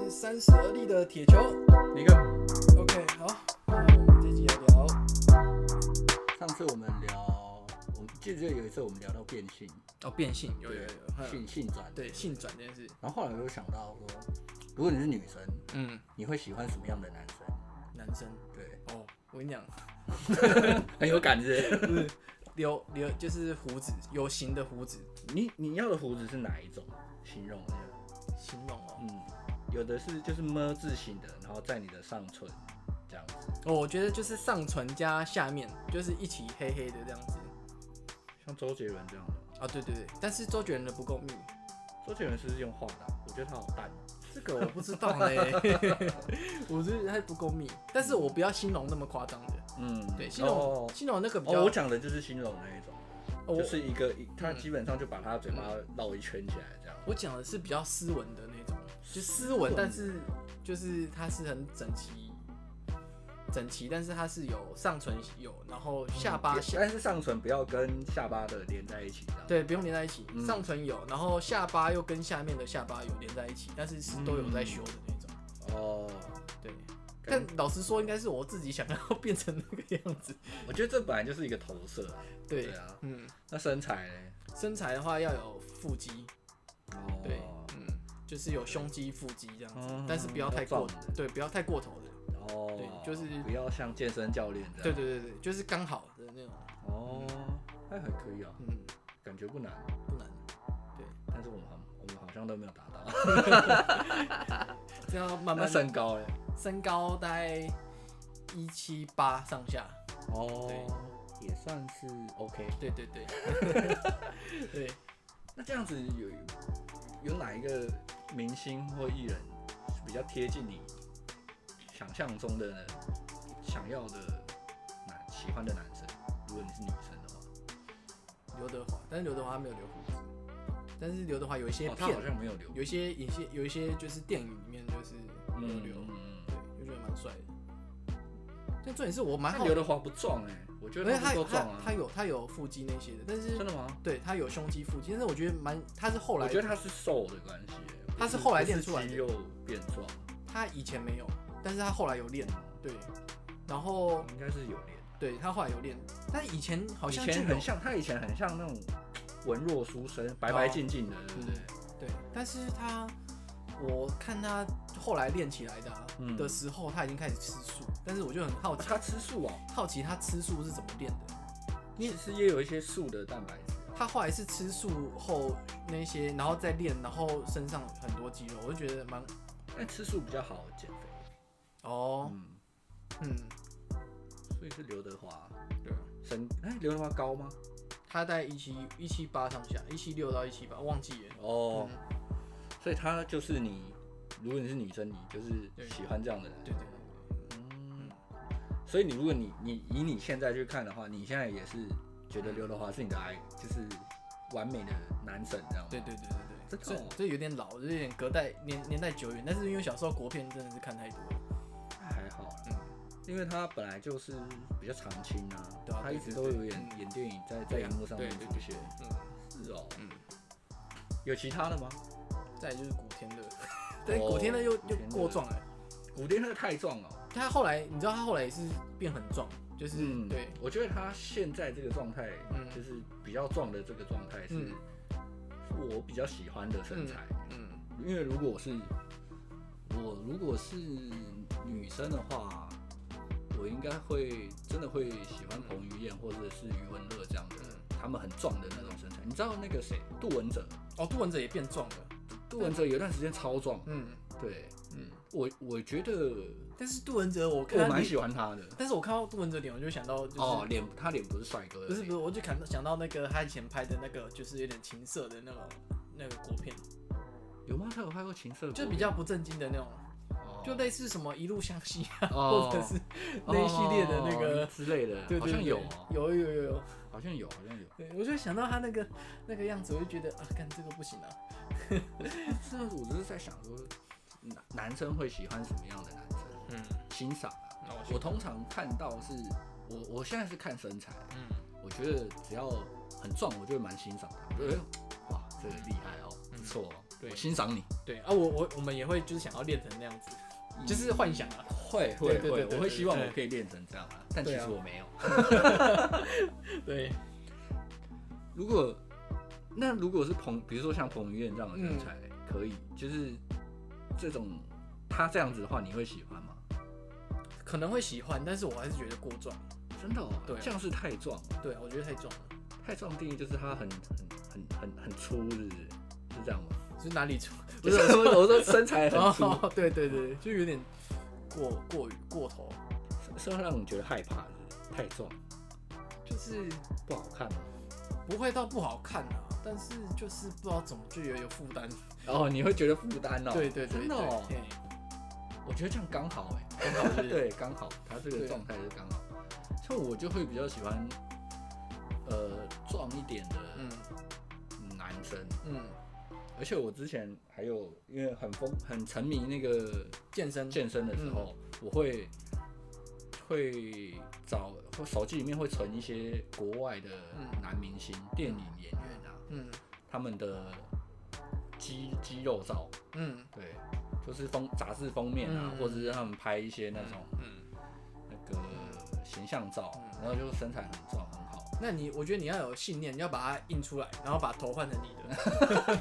是30而立的铁球。 哪个？ OK， 好，那我们这集来聊。 上次我们聊，我记得有一次我们聊到变性， 哦，变性有， 性转， 对性转这件事。 然后后来我又想到说，如果你是女生，你会喜欢什么样的男生？ 男生， 对， 哦，我跟你讲， 很有感觉。 不是留就是胡子，有型的胡子。 你要的胡子是哪一种？形容一下。 形容哦， 有的是就是么字形的，然后在你的上唇这样子。 哦，我觉得就是上唇加下面，就是一起黑黑的这样子。 像周杰伦这样的。 啊，对对对，但是周杰伦的不够密。 周杰伦是用画的我觉得他好淡。 这个我不知道呢，我觉得还不够密，但是我不要形容那么夸张的。对，形容那个比较。 我讲的就是形容那一种，就是一个他基本上就把他嘴巴绕一圈起来这样。 我讲的是比较斯文的那种，就斯文，但是就是它是很整齐，但是它是有上唇有，然后下巴但是上唇不要跟下巴的连在一起，这样。 对，不用连在一起，上唇有，然后下巴又跟下面的下巴有连在一起，但是都有在修的那种。 哦， 对。但老实说，应该是我自己想要变成那个样子。 我觉得这本来就是一个投射。 对啊，那身材呢？ 身材的话要有腹肌。对，就是有胸肌、腹肌这样子，但是不要太过，对，不要太过头的。对，就是不要像健身教练这样。 对，就是刚好的那种。 那还可以啊。感觉不难。 不难。对， 但是我们好像都没有达到。 这要慢慢。 那身高嘞？ 身高大概178上下。 也算是 OK。 对。对。 那这样子有哪一个明星或艺人比较贴近你想象中的想要的喜欢的男生？如果你是女生的话， 刘德华，但是刘德华没有留胡子，但是刘德华有一些片， 他好像没有留， 有一些就是电影里面就是没有留，对，我觉得蛮帅的。但重点是我蛮好， 刘德华不壮我觉得他不够壮啊。 他有腹肌那些的，但是真的吗？ 对，他有胸肌、腹肌，但是我觉得他是后来， 我觉得他是瘦的关系， 他是后来练出来的， 肌肉变壮。 他以前没有，但是他后来有练，对，然后应该是有练， 对他后来有练，但是以前好像很像，他以前很像那种文弱书生，白白净净的，对不对？ 对，但是我看他后来练起来的时候，他已经开始吃素，但是我就很好奇， 他吃素好奇他吃素是怎么练的？ 其实也有一些素的蛋白质。 他后来是吃素后那些，然后再练，然后身上很多肌肉，我就觉得蛮。 但吃素比较好减肥。所以是刘德华。对啊。刘德华高吗？ 他在178上下，176到178，忘记了。 所以他就是你，如果你是女生，你就是喜欢这样的人。 对。 所以如果你以你现在去看的话，你现在也是觉得刘德华是你的就是完美的男神这样。 对。这有点老，就是有点隔代年代久远，但是因为小时候国片真的是看太多了。 还好，因为他本来就是比较常青啊，他一直都有演电影在荧幕上面出现。是哦。有其他的吗？ 再来就是古天乐，对，古天乐又过壮了。 古天乐太壮了。 他后来，你知道他后来也是变很壮，就是对。 我觉得他现在这个状态，就是比较壮的这个状态是我比较喜欢的身材。因为如果是女生的话，我应该真的会喜欢彭于晏或者是余文乐这样的，他们很壮的那种身材。你知道那个谁，杜文泽？ 杜文泽也变壮了。 杜文泽有一段时间超壮。对。我觉得， 但是杜文泽我蛮喜欢他的。 但是我看到杜文泽脸，我就想到就是他脸不是帅哥的。 不是，我就想到那个他以前拍的那个就是有点情色的那个国片。 有吗？他有拍过情色？ 就比较不正经的那种，就类似什么一路向西啊，或者是那一系列的那个之类的。 对， 好像有。 有。 好像有。 对，我就想到他那个样子，我就觉得干这个不行啊。 我只是在想说，男生会喜欢什么样的男生？欣赏啊。我通常看到是，我现在是看身材。我觉得只要很壮，我就会蛮欣赏他。我觉得哇，这个厉害哦，不错哦。 对我欣赏你。 对啊，我们也会就是想要练成那样子，就是幻想啊。 会，我会希望我可以练成这样啊，但其实我没有。 对， 如果是比如说像彭于晏这样的身材，可以，就是这种他这样子的话，你会喜欢吗？ 可能会喜欢，但是我还是觉得过壮。 真的哦， 对， 这样是太壮了。 对，我觉得太壮了。 太壮定义就是他很粗，是这样吗？ 是哪里粗？ 不是我说身材很粗。 对，就有点过头， 是会让你觉得害怕，太壮， 就是不好看吗？ 不会到不好看啊，但是就是不知道怎么就有负担。 哦，你会觉得负担哦？ 对， 真的哦。我觉得这样刚好刚好是对，刚好，他这个状态是刚好。像我就会比较喜欢，壮一点的男生。而且我之前还有因为很沉迷那个健身的时候，我会找手机里面会存一些国外的男明星、电影演员啊，他们的肌肉照，对，就是杂志封面啊，或者是他们拍一些那种那个形象照，然后就身材很壮很好。 那我觉得你要有信念，你要把它印出来，然后把头换成你的。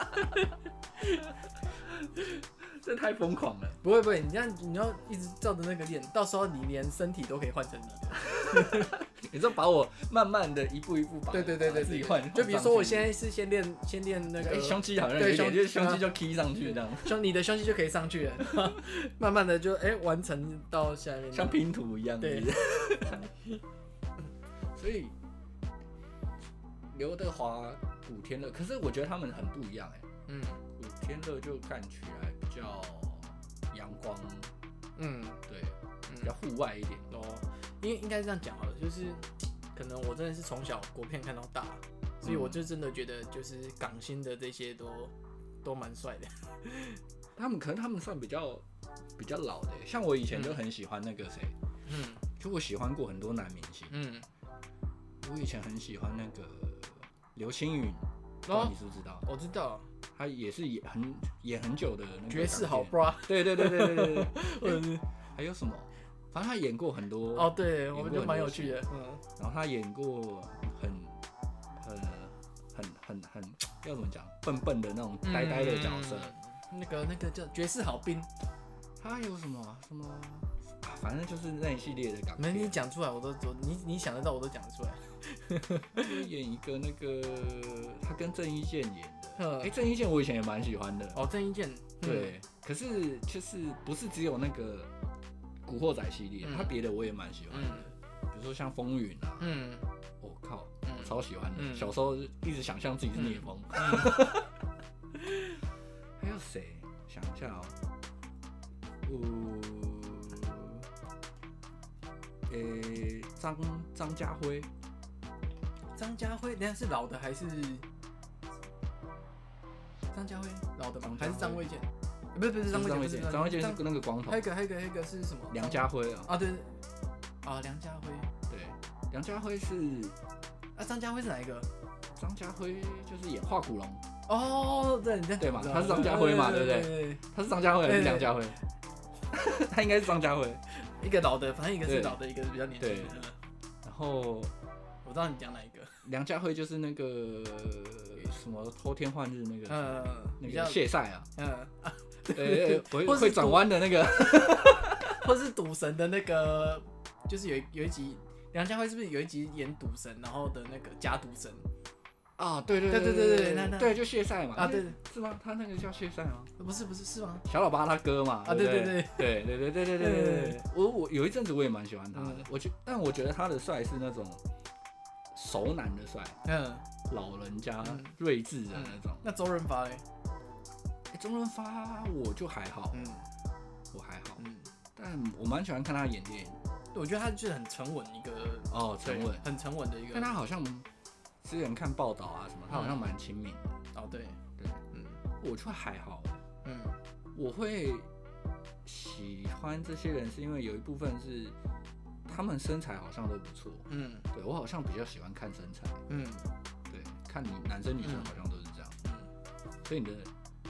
这太疯狂了！ 不会，你要一直照着那个练，到时候你连身体都可以换成你的。 你就把我慢慢的一步一步把对自己换。 就比如说我现在是先练那个胸肌好像有一点，就是胸肌就 key 上去这样。 你的胸肌就可以上去了，慢慢的就完成到下面， 像拼图一样。 对。 所以刘德华、古天乐，可是我觉得他们很不一样古天乐就看起来比较阳光，对，比较户外一点哦。应该这样讲好了，就是可能我真的是从小国片看到大，所以我就真的觉得就是港星的这些都蛮帅的。 可能他们算比较老的，像我以前就很喜欢那个谁，就我喜欢过很多男明星，我以前很喜欢那个刘青云，不知道你知不知道？ 我知道， 他也是演很久的那个绝世好 bra。 对。还有什么？反正他演过很多。 哦，对，我觉得蛮有趣的。 然后他演过很要怎么讲，笨的那种呆的角色。 那个叫绝世好兵。 他有什么反正就是那一系列的港片。 没你讲出来，你想得到我都讲得出来。 演一个那个他跟郑伊健演的，郑伊健我以前也蛮喜欢的。 哦，郑伊健。 对，可是就是不是只有那个古惑仔系列，他别的我也蛮喜欢的，比如说像风云啊，我靠，我超喜欢的。小时候一直想象自己是聂风。还有谁？想一下张家辉。 张家辉，等下是老的还是张家辉老的吗？还是张卫健？不是张卫健， 张卫健是那个光头。 还有一个是什么？ 梁家辉啊。 啊对，梁家辉。 对，梁家辉是张家辉是哪一个？ 张家辉就是演画骨龙。 哦，对嘛，他是张家辉嘛，对不对？他是张家辉还是梁家辉？他应该是张家辉。 一个老的，反正一个是老的，一个是比较年轻的。 然后我知道你讲哪一个。 梁家辉就是那个什么偷天换日那个，那个谢赛啊，对，会转弯的那个， 或是赌神的那个，就是有一集，梁家辉是不是有一集演赌神，然后的那个假赌神？ 啊，对，对，就谢赛嘛。啊，对，是吗？他那个叫谢赛吗？ 不是，是吗？ 小老八他哥嘛。啊， 对。 我有一阵子我也蛮喜欢他的，但我觉得他的帅是那种熟男的帅，老人家睿智的那种。 那周润发嘞？ 周润发我就还好，我还好，但我蛮喜欢看他演电影。 我觉得他就是很沉稳一个， 沉稳， 很沉稳的一个。 但他好像之前看报道啊什么，他好像蛮亲民的。 对， 我就还好，我会喜欢这些人是因为有一部分是他们身材好像都不错，对我好像比较喜欢看身材，对，看男生女生好像都是这样，所以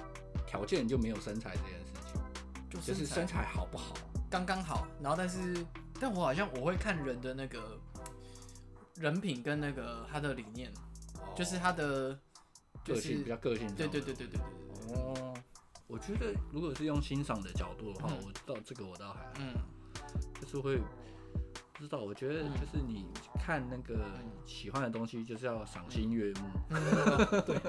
条件就没有身材这件事情，就是身材好不好， 刚刚好。然后但我好像我会看人的那个人品跟那个他的理念，就是他的个性比较个性。 对。 哦，我觉得如果是用欣赏的角度的话，我到这个我倒还好，就是会不知道，我觉得就是你看那个喜欢的东西，就是要赏心悦目。 对，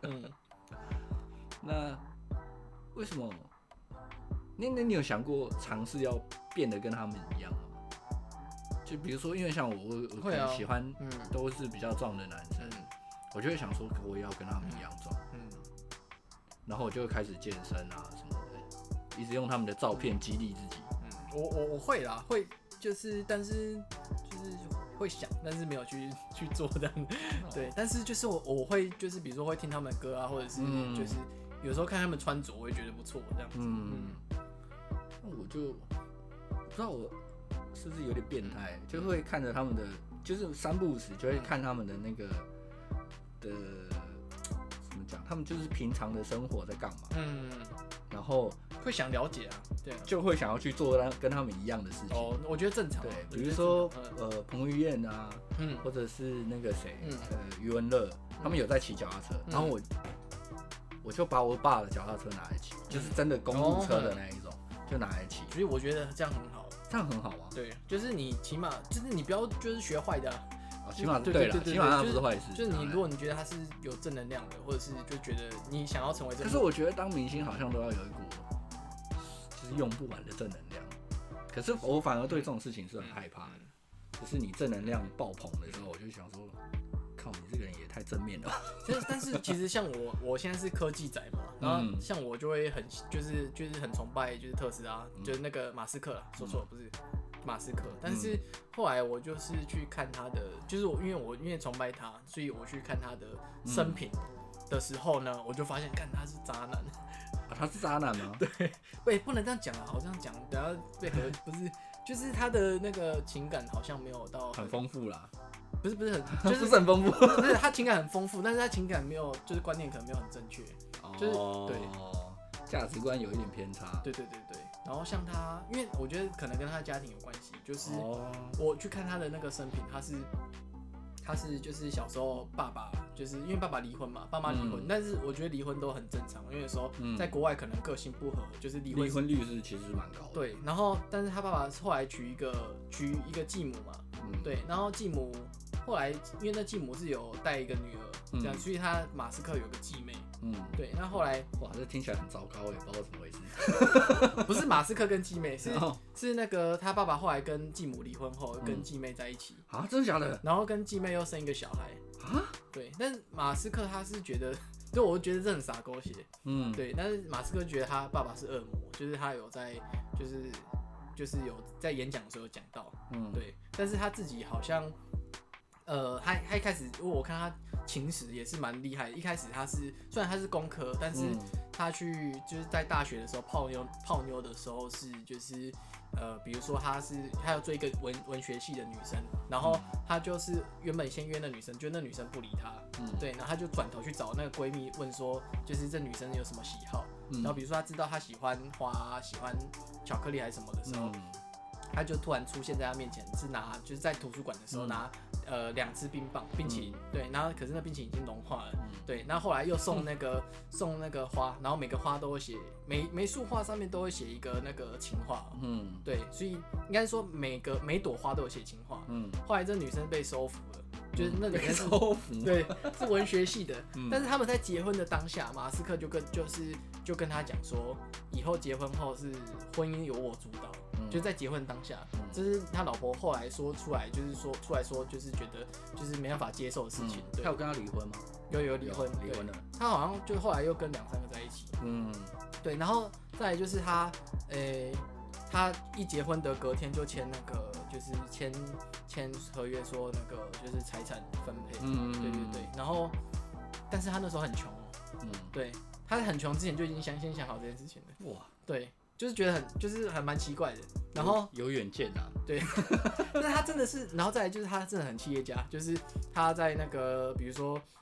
那为什么？那你有想过尝试要变得跟他们一样吗？就比如说，因为像我可能喜欢都是比较壮的男生，我就会想说，我也要跟他们一样壮。然后我就会开始健身啊什么的，一直用他们的照片激励自己。 我会啦，会但是就是会想，但是没有去做这样。对，但是就是我会就是比如说会听他们的歌啊，或者是就是有时候看他们穿着，我会觉得不错这样子。 那我就不知道我是不是有点变态，就会看着他们的，就是三不五时就会看他们的那个的。怎么讲？他们就是平常的生活在干嘛？然后会想了解啊，对啊， 就会想要去做跟他们一样的事情。 我觉得正常。 对，比如说彭于晏啊，或者是那个谁，余文乐，他们有在骑脚踏车，然后我就把我爸的脚踏车拿来骑，就是真的公路车的那一种，就拿来骑。 所以我觉得这样很好， 这样很好啊。 对，就是你起码就是你不要就是学坏的。 起码对了，起码它不是坏事。 就是你，如果你觉得他是有正能量的，或者是就觉得你想要成为这个， 可是我觉得当明星好像都要有一股就是用不完的正能量。可是我反而对这种事情是很害怕的，就是你正能量爆棚的时候，我就想说，靠，你这个人也太正面了吧。 但是其实像我现在是科技仔嘛，然后像我就会很就是很崇拜就是特斯拉，就是那个马斯克啦，说错了不是。马斯克，但是后来我就是去看他的，就是因为崇拜他，所以我去看他的生平的时候呢，我就发现，看他是渣男。 他是渣男吗？ 对，不能这样讲啊，好这样讲，等下被不是，就是他的那个情感好像没有到很丰富啦。 不是很， 就是不是很丰富， 不是他情感很丰富，但是他情感没有，就是观念可能没有很正确，就是对， 价值观有一点偏差。 对。然后像他，因为我觉得可能跟他的家庭有关系，就是我去看他的那个生平，他是就是小时候爸爸就是因为爸爸离婚嘛，爸妈离婚，但是我觉得离婚都很正常，因为有时候在国外可能个性不合，就是离婚率是其实蛮高的。 对，然后但是他爸爸后来娶一个继母嘛，对，然后继母后来因为那继母是有带一个女儿，这样，所以他马斯克有个继妹。对，那后来哇，这听起来很糟糕，也不知道怎么回事。 不是马斯克跟继妹，是那个他爸爸后来跟继母离婚后，跟继妹在一起啊，真的假的？ 然后跟继妹又生一个小孩啊？对，但马斯克他是觉得，就我觉得这很傻狗血，对，但是马斯克觉得他爸爸是恶魔，就是他有在，就是有在演讲的时候有讲到，对，但是他自己好像。他一开始，因为我看他情史也是蛮厉害的。一开始虽然他是工科，但是他就是在大学的时候泡妞的时候是就是比如说他要追一个文学系的女生，然后他就是原本先约那女生，就那女生不理他，对，然后他就转头去找那个闺蜜问说，就是这女生有什么喜好，然后比如说他知道他喜欢花、喜欢巧克力还是什么的时候。他就突然出现在他面前，就是在图书馆的时候拿2支冰棒冰淇淋，对，然后可是那冰淇淋已经融化了，对，然后后来又送那个花，然后每个花都会写每束花上面都会写一个那个情话，对，所以应该说每朵花都有写情话，后来这女生被收服了。就是那女生对，是文学系的，但是他们在结婚的当下，马斯克就跟他讲说，以后结婚后是婚姻由我主导，就是在结婚当下，这是他老婆后来说出来，就是觉得就是没办法接受的事情。 他有跟他离婚吗？ 有离婚了。 他好像就后来又跟2-3个在一起。对，然后再来就是他一结婚的隔天就签那个，就是签合约说那个就是财产分配。对。然后，但是他那时候很穷对，他很穷之前就已经先想好这件事情了。哇。对，就是觉得就是还蛮奇怪的。然后有远见啊。 对。但是他真的是，然后再来就是他真的很企业家，就是他在那个比如说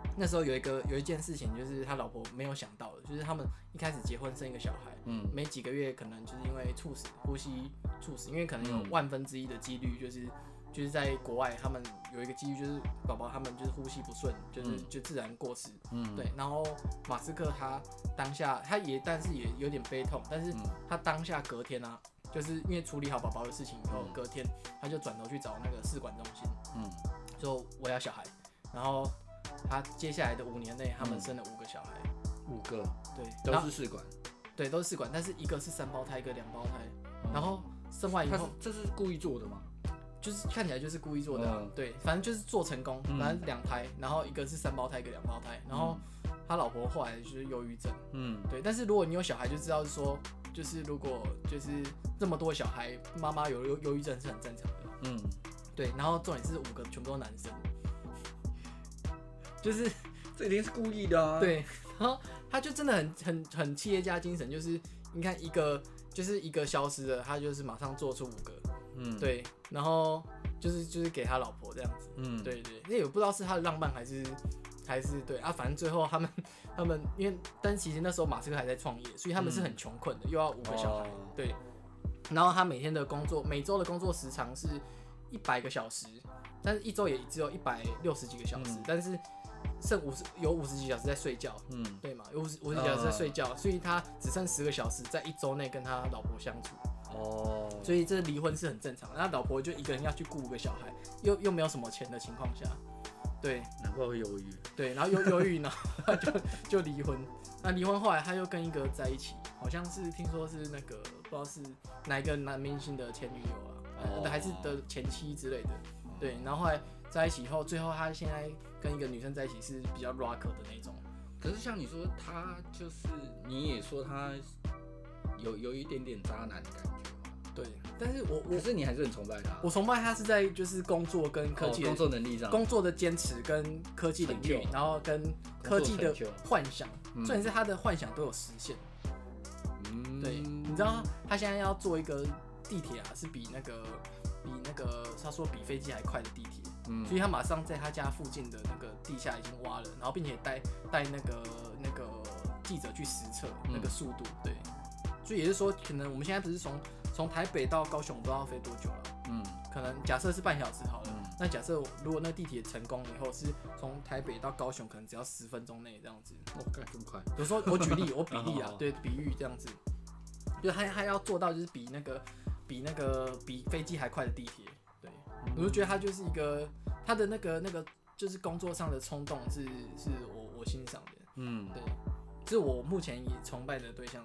那时候有一件事情，就是他老婆没有想到的，就是他们一开始结婚生一个小孩，没几个月可能就是因为呼吸猝死，因为可能有1/1000的几率，就是在国外他们有一个几率，就是宝宝他们就是呼吸不顺，就自然过世，对。然后马斯克他当下但是也有点悲痛，但是他当下隔天啊，就是因为处理好宝宝的事情以后，隔天他就转头去找那个试管中心，说我要小孩，然后他接下来的5年内，他们生了5个小孩 ，5个， 对， 都是试管， 对，都是试管，但是一个是3胞胎，一个2胞胎，然后生完以后， 这是故意做的吗？ 就是看起来就是故意做的啊，对，反正就是做成功，反正2胎，然后一个是3胞胎，一个2胞胎，然后他老婆后来就是忧郁症，对，但是如果你有小孩就知道说，就是如果就是这么多小孩，妈妈有忧郁症是很正常的，对，然后重点是5个全部都男生。就是这一定是故意的啊！ 对，然后他就真的很企业家精神，就是你看一个消失了，他就是马上做出5个，对，然后就是给他老婆这样子，对，那也不知道是他的浪漫还是对啊，反正最后他们因为但其实那时候马斯克还在创业，所以他们是很穷困的，又要5个小孩，对，然后他每周的工作时长是100个小时，但是一周也只有160几个小时，但是剩有50几小时在睡觉，对嘛？有50几小时在睡觉，所以他只剩10个小时在1周内跟他老婆相处。所以这离婚是很正常的。那老婆就一个人要去顾5个小孩，又没有什么钱的情况下，对， 难怪会忧郁。 对，然后忧郁，然后就离婚。那离婚后来他又跟一个在一起，好像是听说是那个不知道是哪一个男明星的前女友啊，还是的前妻之类的。对，然后后来在一起以后，最后他现在跟一个女生在一起是比较 rock 的那种。 可是像你说，他就是你也说他有一点点渣男的感觉嘛？ 对，但是可是你还是很崇拜他。 我崇拜他是在就是工作跟科技工作能力上， 工作的坚持跟科技领域，然后跟科技的幻想，重点是他的幻想都有实现。对，你知道他现在要做一个地铁啊，是比那个他说比飞机还快的地铁，所以他马上在他家附近的那个地下已经挖了，然后并且带那个记者去实测那个速度，对，所以也就是说，可能我们现在不是从台北到高雄不知道要飞多久了，可能假设是半小时好了，那假设如果那地铁成功以后是从台北到高雄，可能只要10分钟内这样子， 干这么快？ 有时候我举例，我比例啊，对，比喻这样子，就他要做到就是比飞机还快的地铁，对，我就觉得他就是一个他的那个就是工作上的冲动是我欣赏的，对，是我目前也崇拜的对象，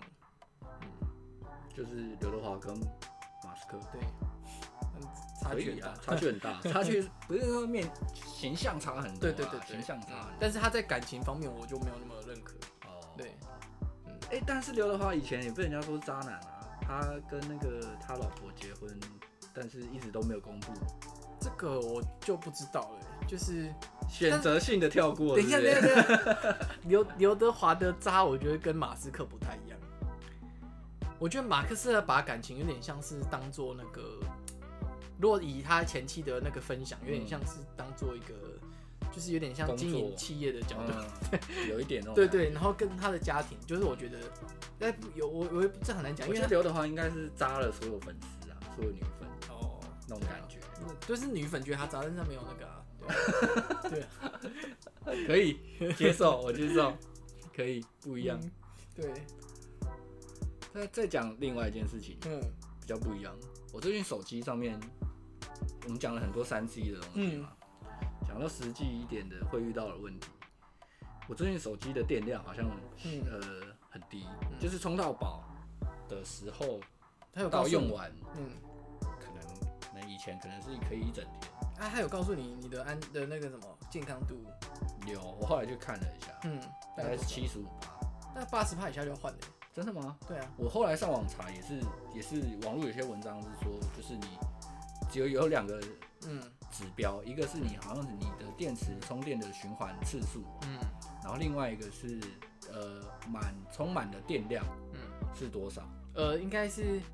就是刘德华跟马斯克， 对，差距很大， 差距很大，差距不是说形象差很多，对，形象差很多， 但是他在感情方面我就没有那么认可，对， 但是刘德华以前也被人家说是渣男啊。他跟那个他老婆结婚，但是一直都没有公布。 这个我就不知道了，就是选择性的跳过。 等一下，刘德华的渣，我觉得跟马斯克不太一样。我觉得马克思把感情有点像是当做那个，如果以他前妻的那个分享，有点像是当做一个。就是有点像经营企业的角度， 有一点哦。 对，然后跟他的家庭，就是我觉得，我这很难讲，因为刘德华应该是渣了所有粉丝啊，所有女粉那种感觉， 就是女粉觉得他渣，但是他没有那个啊，对啊， 可以接受，我接受，可以不一样， 对。 再讲另外一件事情，比较不一样。我最近手机上面，我们讲了很多3C 的东西嘛。讲到实际一点的会遇到的问题，我最近手机的电量好像很低，就是充到饱的时候，到用完，可能以前可能是可以一整天。 他有告诉你的那个什么健康度？ 有，我后来去看了一下，大概是75%， 那80%以下就要换了。 真的吗？ 对啊， 我后来上网查也是网络有些文章是说，就是你只有2个指标，一个是你好像是你的电池充电的循环次数，然后另外一个是充满的电量，是多少？ 应该是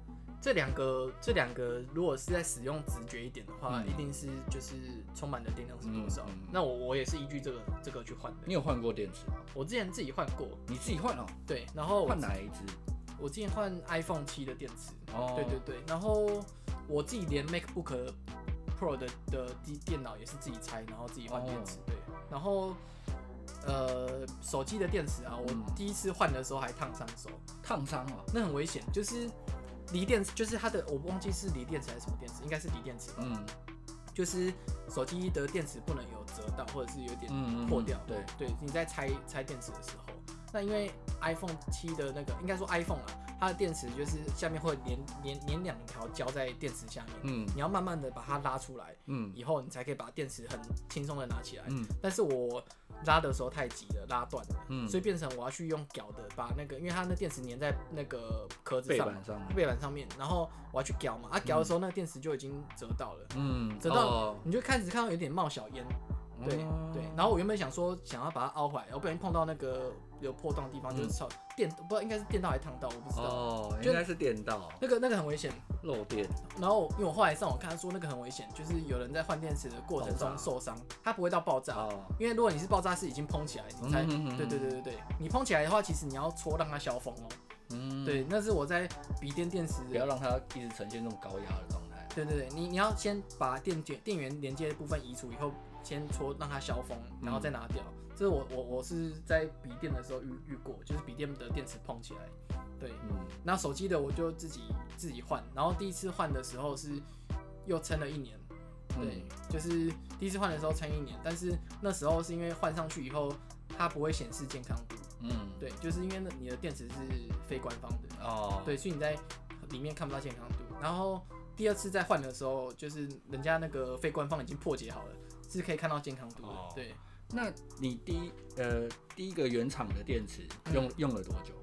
这两个如果是在使用直觉一点的话，一定是就是充满的电量是多少。那我也是依据这个去换的。 你有换过电池吗？ 我之前自己换过。 你自己换哦？ 对，然后换哪一支？ 我之前换 iPhone 7的电池。对对对，然后我自己连 MacBook Pro 的电脑也是自己拆，然后自己换电池。对，然后手机的电池啊，我第一次换的时候还烫伤手。 烫伤哦？ 那很危险，就是锂电池，就是它的我忘记是锂电池还是什么电池，应该是锂电池吧。就是手机的电池不能有折到，或者是有点破掉。对，你在拆电池的时候，那因为 iPhone 7的那个，应该说 iPhone 啊，它的电池就是下面会连两条胶在电池下面，你要慢慢的把它拉出来，以后你才可以把电池很轻松的拿起来。但是我拉的时候太急了，拉断了，所以变成我要去用绞的把那个，因为它那电池粘在那个壳子上背板上面，然后我要去绞嘛，绞的时候那个电池就已经折到了，折到你就开始看到有点冒小烟。对，然后我原本想要把它凹回来，我不小心碰到那个有破洞的地方，就是电，不知道应该是电到还是烫到，我不知道。 应该是电到。那个很危险， 漏电。然后因为我后来上网看说那个很危险，就是有人在换电池的过程中受伤，它不会到爆炸，因为如果你是爆炸是已经蓬起来，你才对，你蓬起来的话，其实你要戳让它消风哦。对，那是我在笔电电池， 不要让它一直呈现那种高压的状态。 对，你要先把电源连接的部分移除以后。先戳让它消风，然后再拿掉。这是我是在笔电的时候遇过，就是笔电的电池碰起来。对，那手机的我就自己换，然后第一次换的时候是又撑了1年。对，就是第一次换的时候撑1年，但是那时候是因为换上去以后它不会显示健康度。对，就是因为你的电池是非官方的。对，所以你在里面看不到健康度。然后第二次再换的时候，就是人家那个非官方已经破解好了。是可以看到健康度的。对， 那你第一个原厂的电池用了多久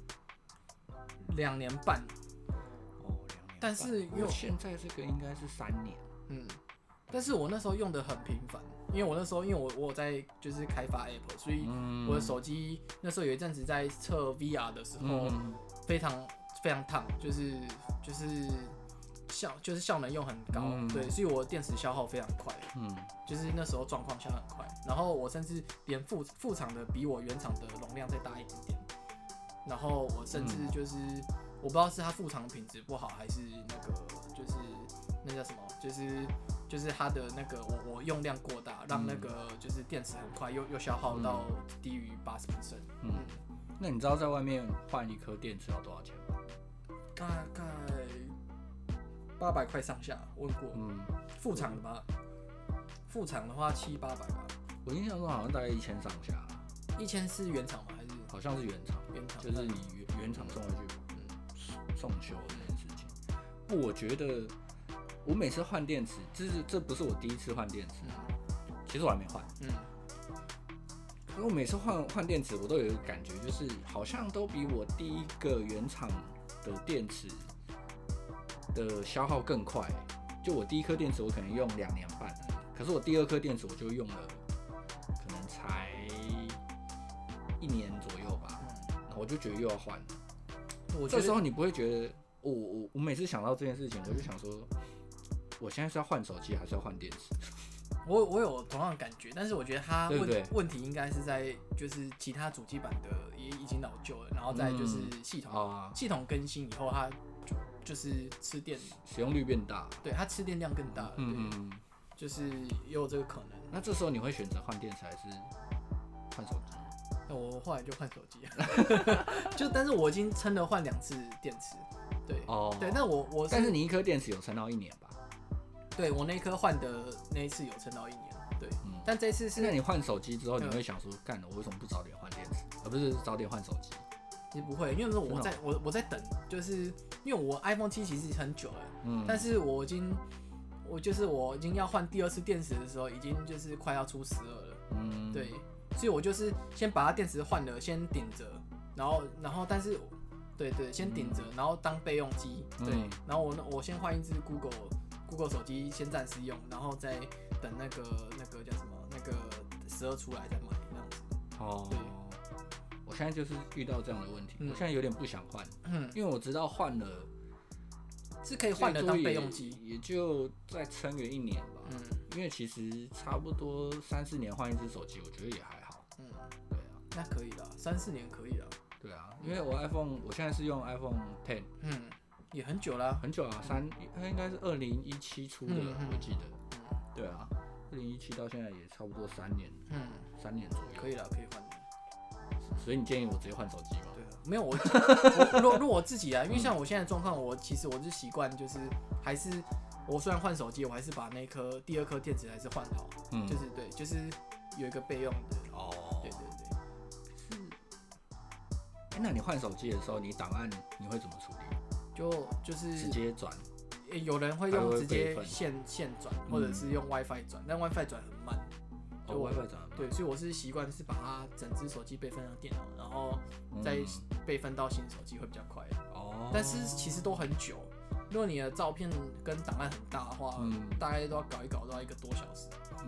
？2年半。 2年。 但是我现在这个应该是3年。 但是我那时候用的很频繁，因为我那时候我有在就是开发 App， 所以我的手机那时候有一阵子在测 VR 的时候，非常非常烫，就是效能用很高，对，所以我电池消耗非常快，就是那时候状况下很快，然后我甚至连副厂的比我原厂的容量再大一点点，然后我甚至就是我不知道是它副厂品质不好，还是那个就是那叫什么，就是它的那个我用量过大，让那个就是电池很快又消耗到低于80%。 那你知道在外面换一颗电池要多少钱吗？ 大概800块上下，问过。副厂的吧，副厂的话700-800吧。 我印象中好像大概1000上下。 1000是原厂吗？还是？ 好像是原厂，就是你原厂送回去送修这件事情。不，我觉得我每次换电池，这不是我第一次换电池，其实我还没换。可是我每次换电池，我都有一个感觉，就是好像都比我第一个原厂的电池的消耗更快。就我第一颗电池我可能用2年半，可是我第二颗电池我就用了可能才1年左右吧，我就觉得又要换了。这时候你不会觉得我每次想到这件事情，我就想说，我现在是要换手机还是要换电池？ 我有同样的感觉，但是我觉得它问题应该是在就是其他主机版的也已经老旧了，然后再就是系统更新以后，它就是吃电， 使用率变大， 对，它吃电量更大，就是也有这个可能。 那这时候你会选择换电池还是换手机？ 我后来就换手机，但是我已经撑了换2次电池，对，对， 但是你一颗电池有撑到1年吧？ 对，我那一颗换的那一次有撑到1年，对，但这次是。 那你换手机之后，你会想说，干了，我为什么不早点换电池，而不是早点换手机？ 其实不会，因为我在等，就是因为我 iPhone 7其实很久了，但是我已经要换第2次电池的时候，已经就是快要出12了，对，所以我就是先把它电池换了，先顶着，然后但是对，先顶着，然后当备用机，对，然后我先换一支 Google 手机先暂时用，然后再等那个叫什么那个12出来再买这样子。对。 我现在就是遇到这样的问题，我现在有点不想换，因为我知道换了是可以换的当备用机， 也就再撑个1年吧。因为其实差不多3-4年换一只手机，我觉得也还好。对啊， 那可以啦，3-4年可以啦。 对啊，因为我现在是用 iPhone X， 也很久啦， 很久啊，它应该是2017出的，我记得。对啊，2017到现在也差不多3年，3年左右。 可以啦，可以换。 所以你建议我直接换手机吗？ 对啊，没有如果我自己啊，因为像我现在的状况，其实我是习惯就是还是我虽然换手机，我还是把那颗第2颗电池还是换好，就是对，就是有一个备用的。对。 那你换手机的时候，你档案你会怎么处理？ 就是直接转。 有人会用直接线转，或者是用 WiFi 转，但 WiFi 转很慢。 WiFi 转很慢。 对，所以我是习惯是把它整只手机备份到电脑，然后再备份到新手机会比较快。但是其实都很久。如果你的照片跟档案很大的话，大概都要搞一搞都要1个多小时。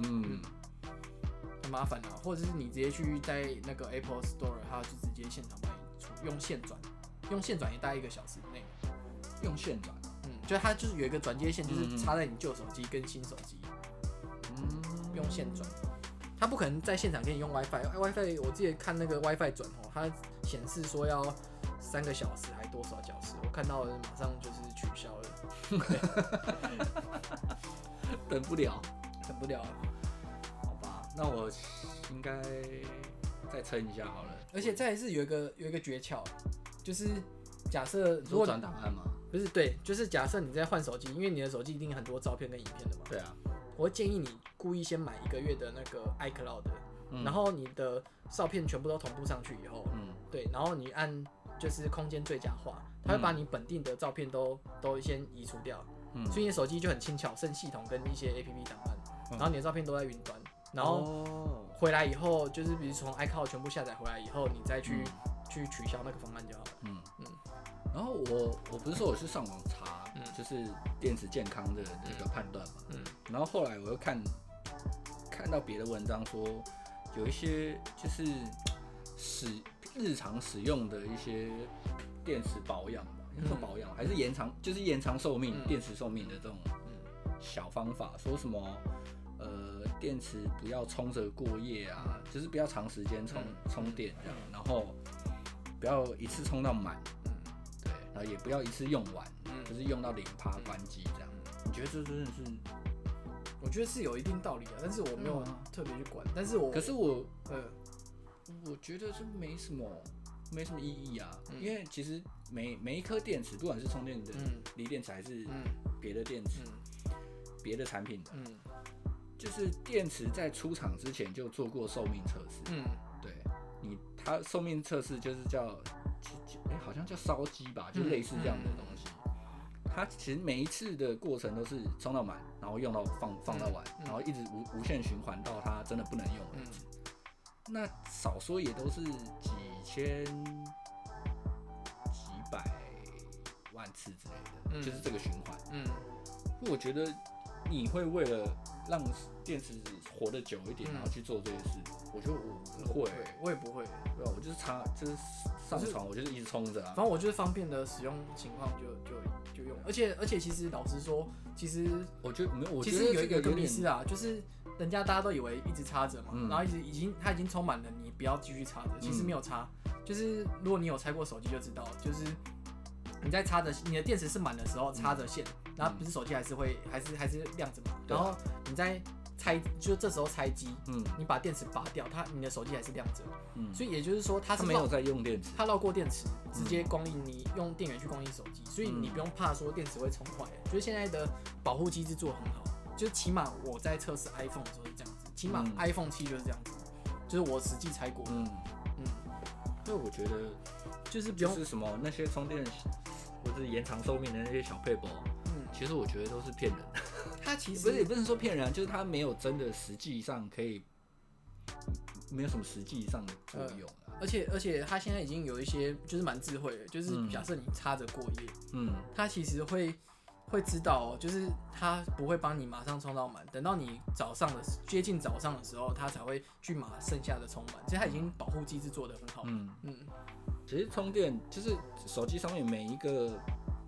很麻烦啊。或者是你直接去在那个 Apple Store， 它就直接现场帮你用线转也大概1个小时内。 用线转。 就它就是有一个转接线，就是插在你旧手机跟新手机，用线转。它不可能在现场给你用 WiFi。我之前看那个 WiFi 转它显示说要3个小时还多少小时，我看到了马上就是取消了。 等不了。 好吧， 那我应该再撑一下好了。 而且再来是有一个诀窍，就是假设如果转档案吗？ 不是，对，就是假设你在换手机，因为你的手机一定很多照片跟影片的嘛。 对啊。 我会建议你故意先买1个月的那个 iCloud，然后你的照片全部都同步上去以后，对，然后你按就是空间最佳化，它会把你本地的照片都先移除掉，所以你的手机就很轻巧，剩系统跟一些 APP 档案，然后你的照片都在云端，然后回来以后就是比如从 iCloud 全部下载回来以后，你再去取消那个方案就好了。 然后我不是说我是上网查，就是电池健康的那个判断嘛，然后后来我又看到别的文章说，有一些就是日常使用的一些电池保养吧，说保养还是延长寿命，电池寿命的这种小方法，说什么电池不要充着过夜啊，就是不要长时间充电这样，然后不要一次充到满。然后也不要一次用完，就是用到0%关机这样。你觉得这真的是？ 我觉得是有一定道理的，但是我没有特别去管。但是可是我觉得是没什么意义啊，因为其实每一颗电池，不管是充电的锂电池还是别的电池、别的产品的，就是电池在出厂之前就做过寿命测试。对，它寿命测试就是叫。好像叫烧机吧，就类似这样的东西。它其实每一次的过程都是充到满，然后用到放到完，然后一直无限循环到它真的不能用为止。那少说也都是几千、几百万次之类的，就是这个循环。我觉得你会为了让电池活得久一点，然后去做这些事，我觉得我不会， 我也不会。 对吧？我就是上床，我就是一直充着啊。 反正我就是方便的使用情况就用，而且其实老实说，其实我觉得其实有一个迷思啊，就是大家都以为一直插着嘛，然后它已经充满了，你不要继续插着，其实没有插。就是如果你有拆过手机就知道，就是你在插着你的电池是满的时候插着线，然后不是手机还是亮着嘛，然后你在就这时候拆机，你把电池拔掉，你的手机还是亮着，所以也就是说它没有在用电池， 它绕过电池，直接供应你用电源去供应手机，所以你不用怕说电池会充坏。就是现在的保护机制做得很好，就是起码我在测试 iPhone 的时候是这样子，起码 iPhone 7就是这样子，就是我实际拆过。 所以我觉得就是不用什么那些充电或者延长寿命的那些小配包，其实我觉得都是骗人的。 它其实也不是说骗人，就是它没有真的实际上没有什么实际上的作用。 而且它现在已经有一些就是蛮智慧的，就是假设你插着过夜，它其实会知道，就是它不会帮你马上充到满，等到你接近早上的时候，它才会去把剩下的充满。其实它已经保护机制做得很好。 其实充电就是手机上面每一个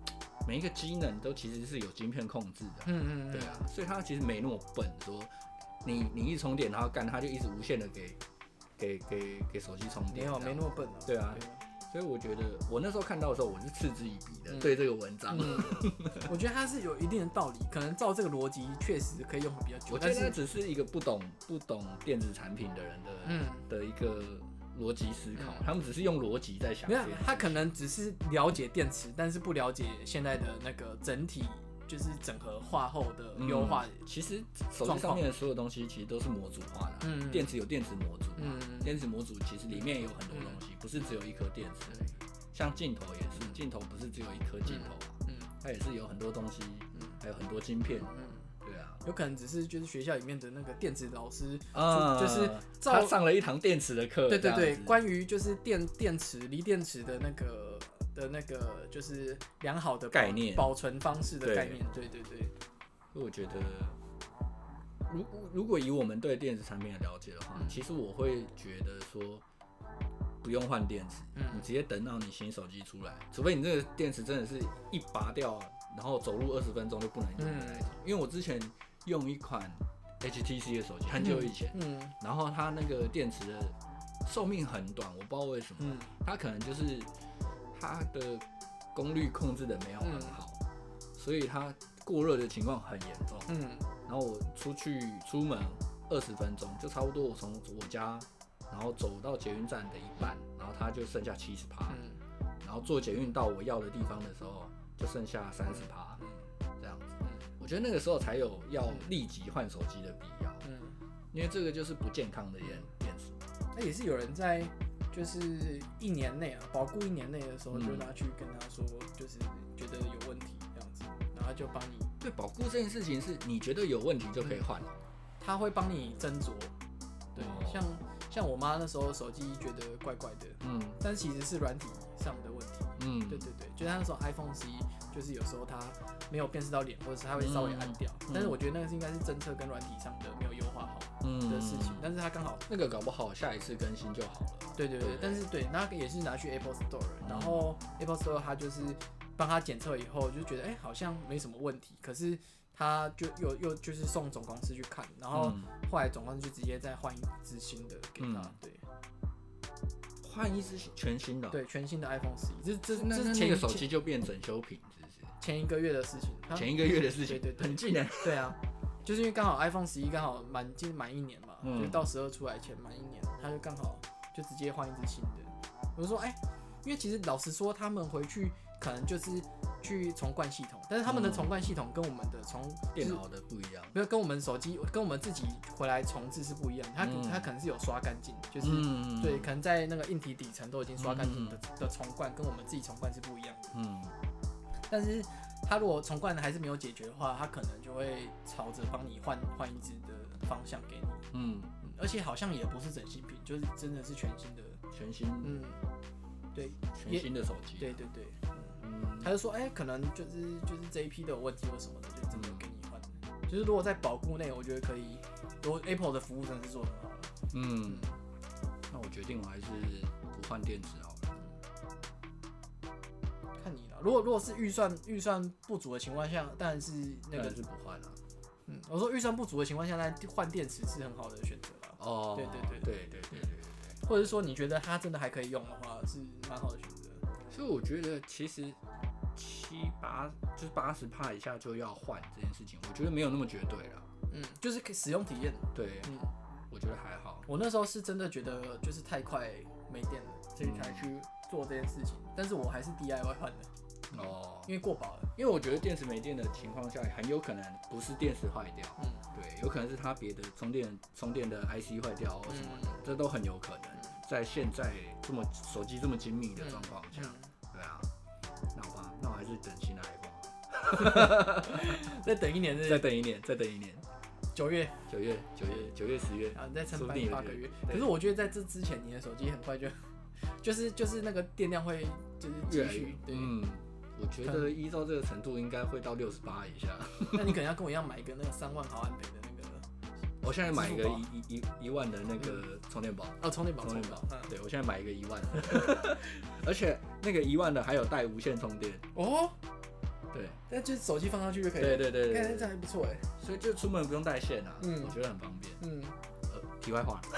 每一个机能都其实是有晶片控制的，对啊，所以它其实没那么笨，说你一充电，然后它就一直无限的给手机充电， 没那么笨啊， 对啊。所以我觉得，我那时候看到的时候，我是嗤之以鼻的，对这个文章。 我觉得它是有一定的道理，可能照这个逻辑确实可以用比较久。 我觉得它只是一个不懂电子产品的人的一个逻辑思考，他们只是用逻辑在想。 他可能只是了解电池，但是不了解现在的那个整体。就是整合化后的优化， 其实手机上面的所有东西其实都是模组化的，电池有电池模组，电池模组其实里面有很多东西，不是只有一颗电池，像镜头也是，镜头不是只有一颗镜头，它也是有很多东西，还有很多晶片，对啊， 有可能只是就是学校里面的那个电子老师， 就是他上了一堂电池的课， 对，关于就是电池锂电池的那个就是良好的概念、 保存方式的概念，对。 我觉得，如果以我们对电子产品的了解的话，其实我会觉得说，不用换电池，你直接等到你新手机出来，除非你这个电池真的是一拔掉，然后走路20分钟就不能用的那种。因为我之前用一款 HTC 的手机，很久以前，然后它那个电池的寿命很短，我不知道为什么，它可能就是它的功率控制的没有很好，所以它过热的情况很严重。然后我出门20分钟，就差不多我从我家，然后走到捷运站的一半，然后它就剩下70%，然后坐捷运到我要的地方的时候，就剩下30%，这样子。我觉得那个时候才有要立即换手机的必要，因为这个就是不健康的电池。 那也是有人在。就是1年内啊，保固1年内的时候，就拿去跟他说，就是觉得有问题这样子，然后他就帮你。 对，保固这件事情是你觉得有问题就可以换， 他会帮你斟酌。对，像我妈那时候手机觉得怪怪的，但是其实是软体上的问题，对，就是他那时候 iPhone 11，就是有时候它没有辨识到脸，或者是它会稍微按掉，但是我觉得那个应该是侦测跟软体上的没有优化好的事情，但是它刚好那个搞不好下一次更新就好了。 对，但是对，那也是拿去 Apple Store，然后 Apple Store 它就是帮他检测以后，就觉得好像没什么问题，可是他就又就是送总公司去看，然后后来总公司就直接再换一支新的给他，对， 换一支全新的， 对，全新的 iPhone 11，这是前一个手机就变整修品，是不是？ 前1个月的事情， 前1个月的事情， 对， 很近哎。 对啊，就是因为刚好 iPhone 11刚好满1年嘛，就到12出来前满1年，他就刚好就直接换一支新的。我就说因为其实老实说，他们回去可能就是去重灌系统，但是他们的重灌系统跟我们的电脑的不一样， 没有跟我们手机跟我们自己回来重置是不一样的。它可能是有刷干净，就是对，可能在那个硬体底层都已经刷干净的重灌，跟我们自己重灌是不一样的。但是他如果重灌还是没有解决的话，他可能就会朝着帮你换一支的方向给你。而且好像也不是整新品，就是真的是全新的。对， 全新的手机。 对，他就说，可能就是这一批的有问题或什么的，就真的给你换。就是如果在保固内，我觉得可以。如果 Apple 的服务真的是做得很好了。 那我决定我还是不换电池好了。 看你了。如果是预算不足的情况下，当然是那个是不换啊。 我说预算不足的情况下，那换电池是很好的选择啦。对。或者是说你觉得它真的还可以用的话，是蛮好的选择。 所以我觉得其实就是80%以下就要换这件事情，我觉得没有那么绝对啦。 就是使用体验。 对，我觉得还好。 我那时候是真的觉得就是太快没电了，所以才去做这件事情。但是我还是 DIY 换的。因为过保了。 因为我觉得电池没电的情况下，很有可能不是电池坏掉，对，有可能是它别的充电的 IC 坏掉或什么的，这都很有可能。在现在手机这么精密的状况下，对啊，那好吧，那我还是等新的 iPhone。 再等1年， 再等一年。9月、10月， 你再撑8个月。可是我觉得在这之前，你的手机很快就是那个电量会就是继续，对。 我觉得依照这个程度，应该会到68以下。 那你可能要跟我一样买一个那个3万毫安培的那个。 我现在买一个1万的那个充电宝。 充电宝。 对，我现在买一个1万的，而且那个1万的还有带无线充电。 对， 但就是手机放上去就可以了。 对， 这样还不错哎。 所以就出门不用带线啊，我觉得很方便。题外话。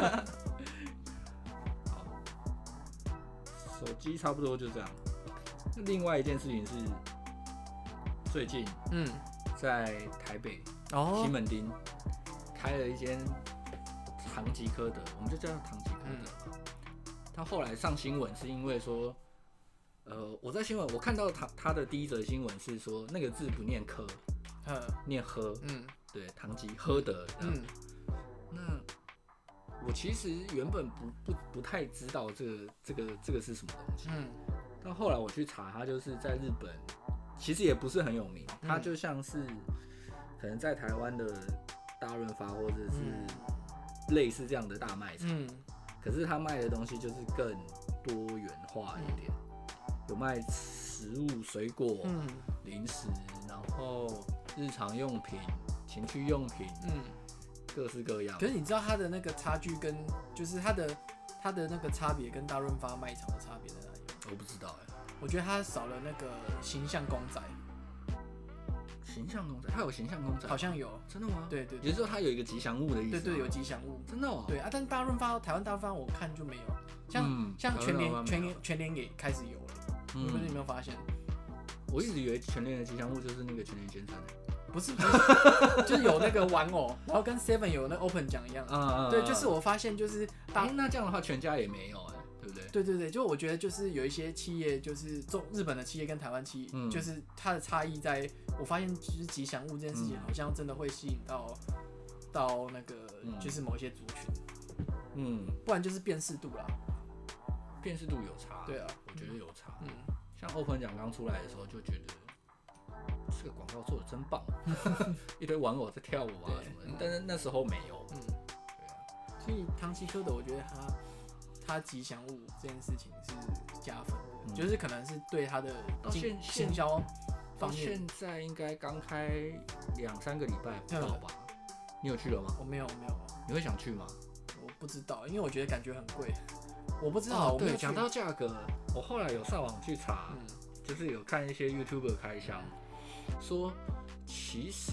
好，手机差不多就这样。另外一件事情是，最近在台北西门町开了一间唐吉诃德，我们就叫它唐吉诃德。他后来上新闻是因为说，我在新闻我看到他的第一则新闻是说那个字不念科，念喝，对，唐吉诃德这样。那我其实原本不太知道这个是什么东西，但后来我去查，它就是在日本，其实也不是很有名，它就像是可能在台湾的大润发或者是类似这样的大卖场，可是它卖的东西就是更多元化一点，有卖食物、水果、零食，然后日常用品、情趣用品，各式各样。 可是你知道它的那个差距跟就是它的那个差别跟大润发卖场的差别在哪里吗？ 我不知道哎。 我觉得它少了那个形象公仔。 形象公仔，它有形象公仔？ 好像有。真的吗？对。也就是说它有一个吉祥物的意思。 对，有吉祥物。 真的哦。 对啊，但是台湾大润发我看就没有，像全联也开始有了。你们有没有发现？ 我一直以为全联的吉祥物就是那个全联先生。 不是，就是有那个玩偶，然后跟 Seven 有那 Open 奖一样。对，就是我发现就是那这样的话全家也没有哎，对不对？ 对，就我觉得就是有一些企业，就是日本的企业跟台湾企业，就是它的差异在，我发现就是吉祥物这件事情好像真的会吸引到那个就是某一些族群，不然就是辨识度啦， 辨识度有差，对啊，我觉得有差，像 Open 奖刚出来的时候就觉得。这个广告做的真棒，一堆玩偶在跳舞啊什么的，但是那时候没有，对啊。 所以唐吉诃德，我觉得它吉祥物这件事情是加分的，就是可能是对它的行销方面。 现在应该刚开2-3个礼拜不到吧？你有去了吗？ 我没有。 你会想去吗？ 我不知道，因为我觉得感觉很贵。我不知道。 对，讲到价格，我后来有上网去查，就是有看一些 YouTuber 开箱。说其实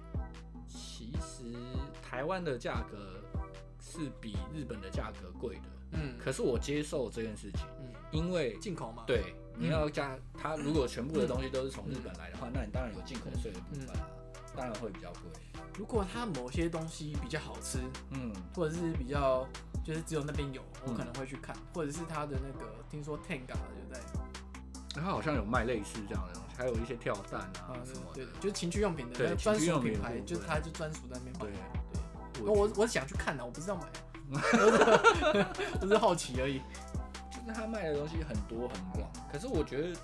台湾的价格是比日本的价格贵的，可是我接受这件事情，因为进口嘛， 对，你要加它，如果全部的东西都是从日本来的话，那你当然有进口税的部分啊，当然会比较贵。 如果它某些东西比较好吃，或者是比较就是只有那边有，我可能会去看，或者是它的那个听说 Tenga 就在。 它好像有卖类似这样的东西，还有一些跳蛋啊什么的， 对，就是情趣用品的专属品牌，就是它就专属在那边卖。对，我想去看的，我不是要买，我是好奇而已。 就是他卖的东西很多很广，可是我觉得，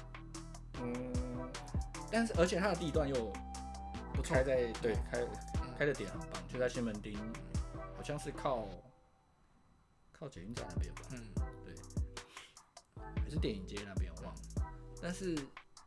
但是而且它的地段又开在开的点很棒，就在西门町，好像是靠捷运站那边吧，对，还是电影街那边我忘了。但是，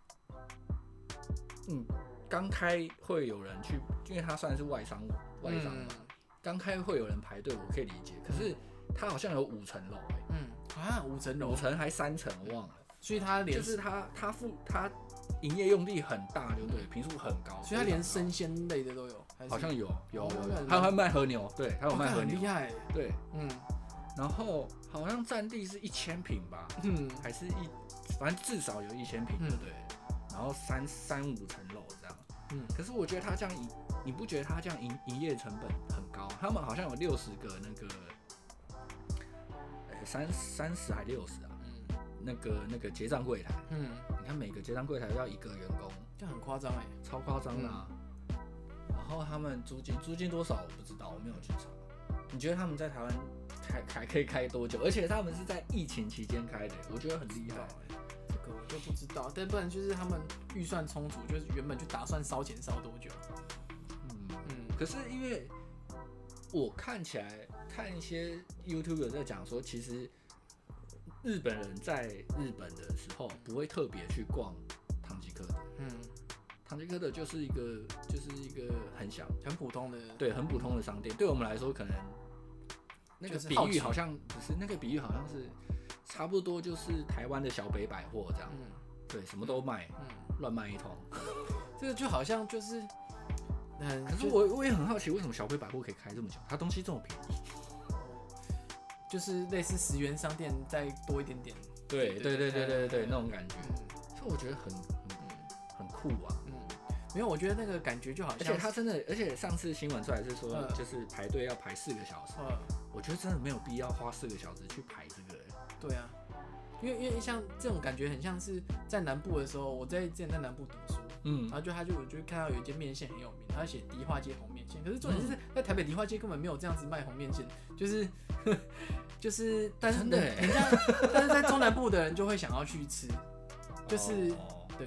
刚开会有人去，因为它算是外商嘛，刚开会有人排队，我可以理解。可是它好像有5层楼 5层楼， 5层还3层，我忘了。 所以它就是它营业用地很大，就对，坪数很高， 所以它连生鲜类的都有， 好像有，还有卖和牛，对，还有卖和牛， 很厉害， 对，然后好像占地是1000坪吧，还是反正至少有1000坪，对，然后3、5层楼这样，可是我觉得他这样你不觉得他这样营业成本很高？他们好像有60个那个，30还60啊，那个结账柜台，你看每个结账柜台要1个员工， 这样很夸张超夸张的啊。然后他们租金多少我不知道，我没有去查。你觉得他们在台湾还可以开多久？而且他们是在疫情期间开的，我觉得很厉害。 这个我就不知道，但不然就是他们预算充足，就是原本就打算烧钱烧多久。 可是因为我看起来看一些 YouTuber 在讲说，其实日本人在日本的时候不会特别去逛唐吉诃德。唐吉诃德就是一个很普通的， 对，很普通的商店。对我们来说，可能那个比喻好像不是，那个比喻好像是差不多就是台湾的小北百货这样，对，什么都卖， 乱卖一通。 这个就好像就是， 可是我也很好奇，为什么小龟百货可以开这么久？它东西这么便宜， 就是类似10元商店再多一点点。 对，那种感觉，所以我觉得很酷啊。 没有，我觉得那个感觉就好像， 而且他真的，而且上次新闻出来是说，就是排队要排4个小时。我觉得真的没有必要花4个小时去排这个。 对啊，因为像这种感觉很像是在南部的时候，我之前在南部读书，然后我就看到有一间面线很有名，他写迪化街红面线，可是重点是在台北迪化街根本没有这样子卖红面线，但是但是在中南部的人就会想要去吃，就是对。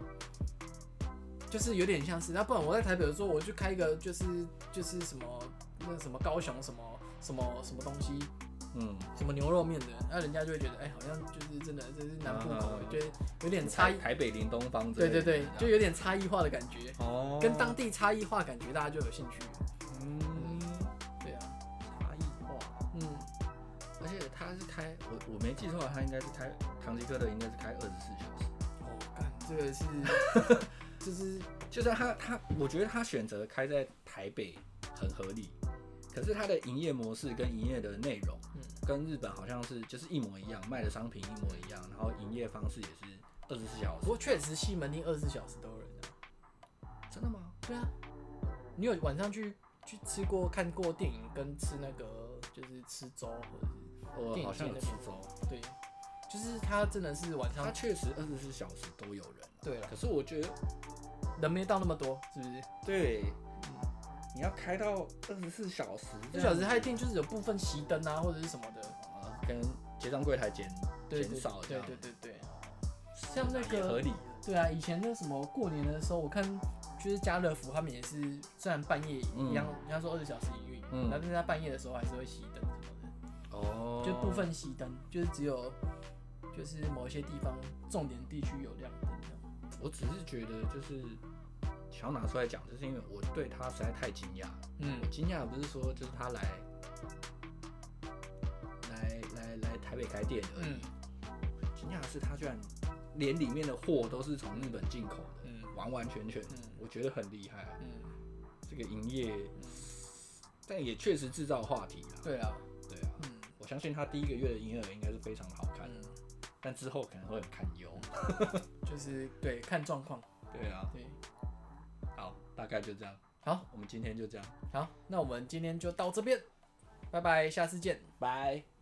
就是有点像是，那不然我在台北的时候，我就开一个就是什么那什么高雄什么东西，什么牛肉面的，那人家就会觉得，好像就是真的这是南部口味，就有点差异。 台北林东方， 对，就有点差异化的感觉，跟当地差异化感觉，大家就有兴趣。对啊， 差异化，而且他是开，我没记错，他应该是开唐吉诃德，应该是开24小时。 干这个是。 就是他，我觉得他选择开在台北很合理，可是他的营业模式跟营业的内容，跟日本好像是就是一模一样，卖的商品一模一样，然后营业方式也是24小时。 不过确实西门町24小时都有人啊。 真的吗？ 对啊，你有晚上去吃过看过电影跟吃那个就是吃粥或者是我好像有吃粥。 对，就是他真的是晚上， 他确实24小时都有人。 对了， 可是我觉得人没到那么多，是不是？ 对，你要开到24小时 ，24小时他一定就是有部分熄灯啊，或者是什么的， 跟结账柜台减少这样。 对，像那个合理。 对啊，以前那什么过年的时候，我看就是家乐福他们也是，虽然半夜一样，人家说20小时营运，但是他半夜的时候还是会熄灯什么的。就部分熄灯，就是只有就是某一些地方重点地区有亮灯这样。 我只是觉得就是想要拿出来讲，就是因为我对他实在太惊讶。我惊讶不是说就是他来台北开店而已，惊讶的是他居然连里面的货都是从日本进口的，完完全全，我觉得很厉害。这个营业，但也确实制造话题啦。 对啊， 我相信他第1个月的营业额应该是非常好看，但之后可能会很堪忧。 就是对，看状况。 对啊，对。好，大概就这样。 好， 我们今天就这样。 好，那我们今天就到这边，拜拜，下次见， 拜。